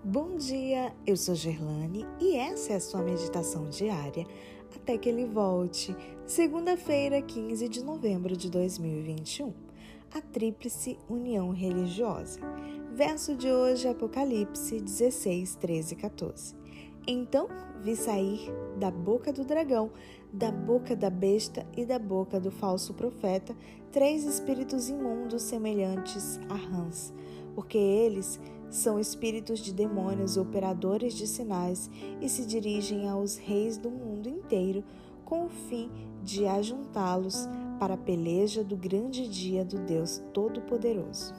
Bom dia, eu sou Gerlane e essa é a sua meditação diária até que ele volte, segunda-feira, 15 de novembro de 2021, a Tríplice União Religiosa. Verso de hoje, Apocalipse 16, 13 e 14. Então vi sair da boca do dragão, da boca da besta e da boca do falso profeta 3 espíritos imundos semelhantes a rãs, porque eles são espíritos de demônios operadores de sinais e se dirigem aos reis do mundo inteiro com o fim de ajuntá-los para a peleja do grande dia do Deus Todo-Poderoso.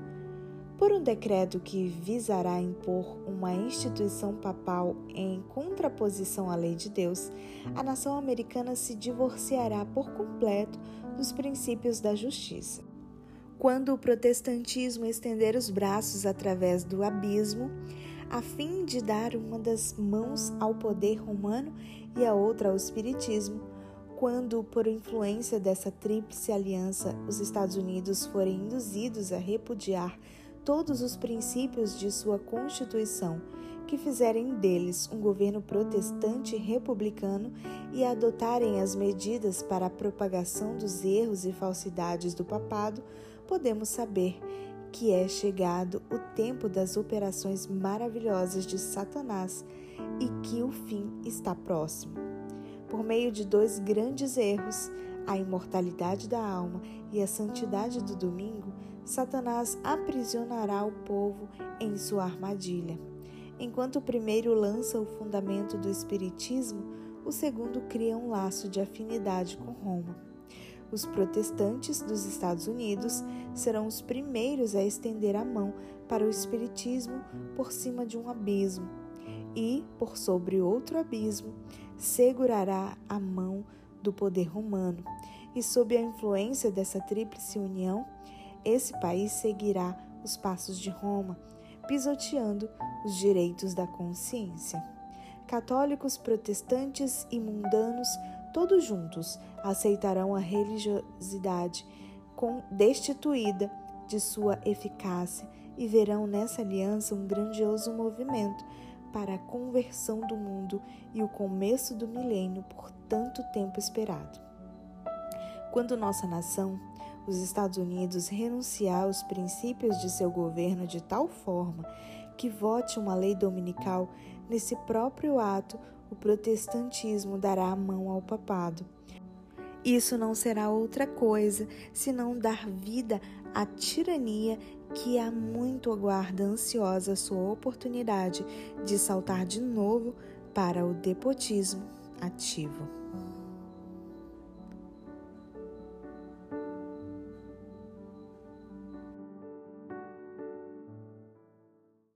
Por um decreto que visará impor uma instituição papal em contraposição à lei de Deus, a nação americana se divorciará por completo dos princípios da justiça. Quando o protestantismo estender os braços através do abismo, a fim de dar uma das mãos ao poder romano e a outra ao espiritismo, quando, por influência dessa tríplice aliança, os Estados Unidos forem induzidos a repudiar todos os princípios de sua Constituição, que fizerem deles um governo protestante e republicano e adotarem as medidas para a propagação dos erros e falsidades do papado, podemos saber que é chegado o tempo das operações maravilhosas de Satanás e que o fim está próximo. Por meio de 2 grandes erros, a imortalidade da alma e a santidade do domingo, Satanás aprisionará o povo em sua armadilha. Enquanto o primeiro lança o fundamento do espiritismo, o segundo cria um laço de afinidade com Roma. Os protestantes dos Estados Unidos serão os primeiros a estender a mão para o espiritismo por cima de um abismo e, por sobre outro abismo, segurará a mão do poder romano. E sob a influência dessa tríplice união, esse país seguirá os passos de Roma, pisoteando os direitos da consciência. Católicos, protestantes e mundanos, todos juntos, aceitarão a religiosidade destituída de sua eficácia e verão nessa aliança um grandioso movimento para a conversão do mundo e o começo do milênio por tanto tempo esperado. Quando nossa nação, os Estados Unidos, renunciar aos princípios de seu governo de tal forma que vote uma lei dominical, nesse próprio ato, o protestantismo dará a mão ao papado. Isso não será outra coisa senão dar vida à tirania que há muito aguarda ansiosa a sua oportunidade de saltar de novo para o despotismo ativo.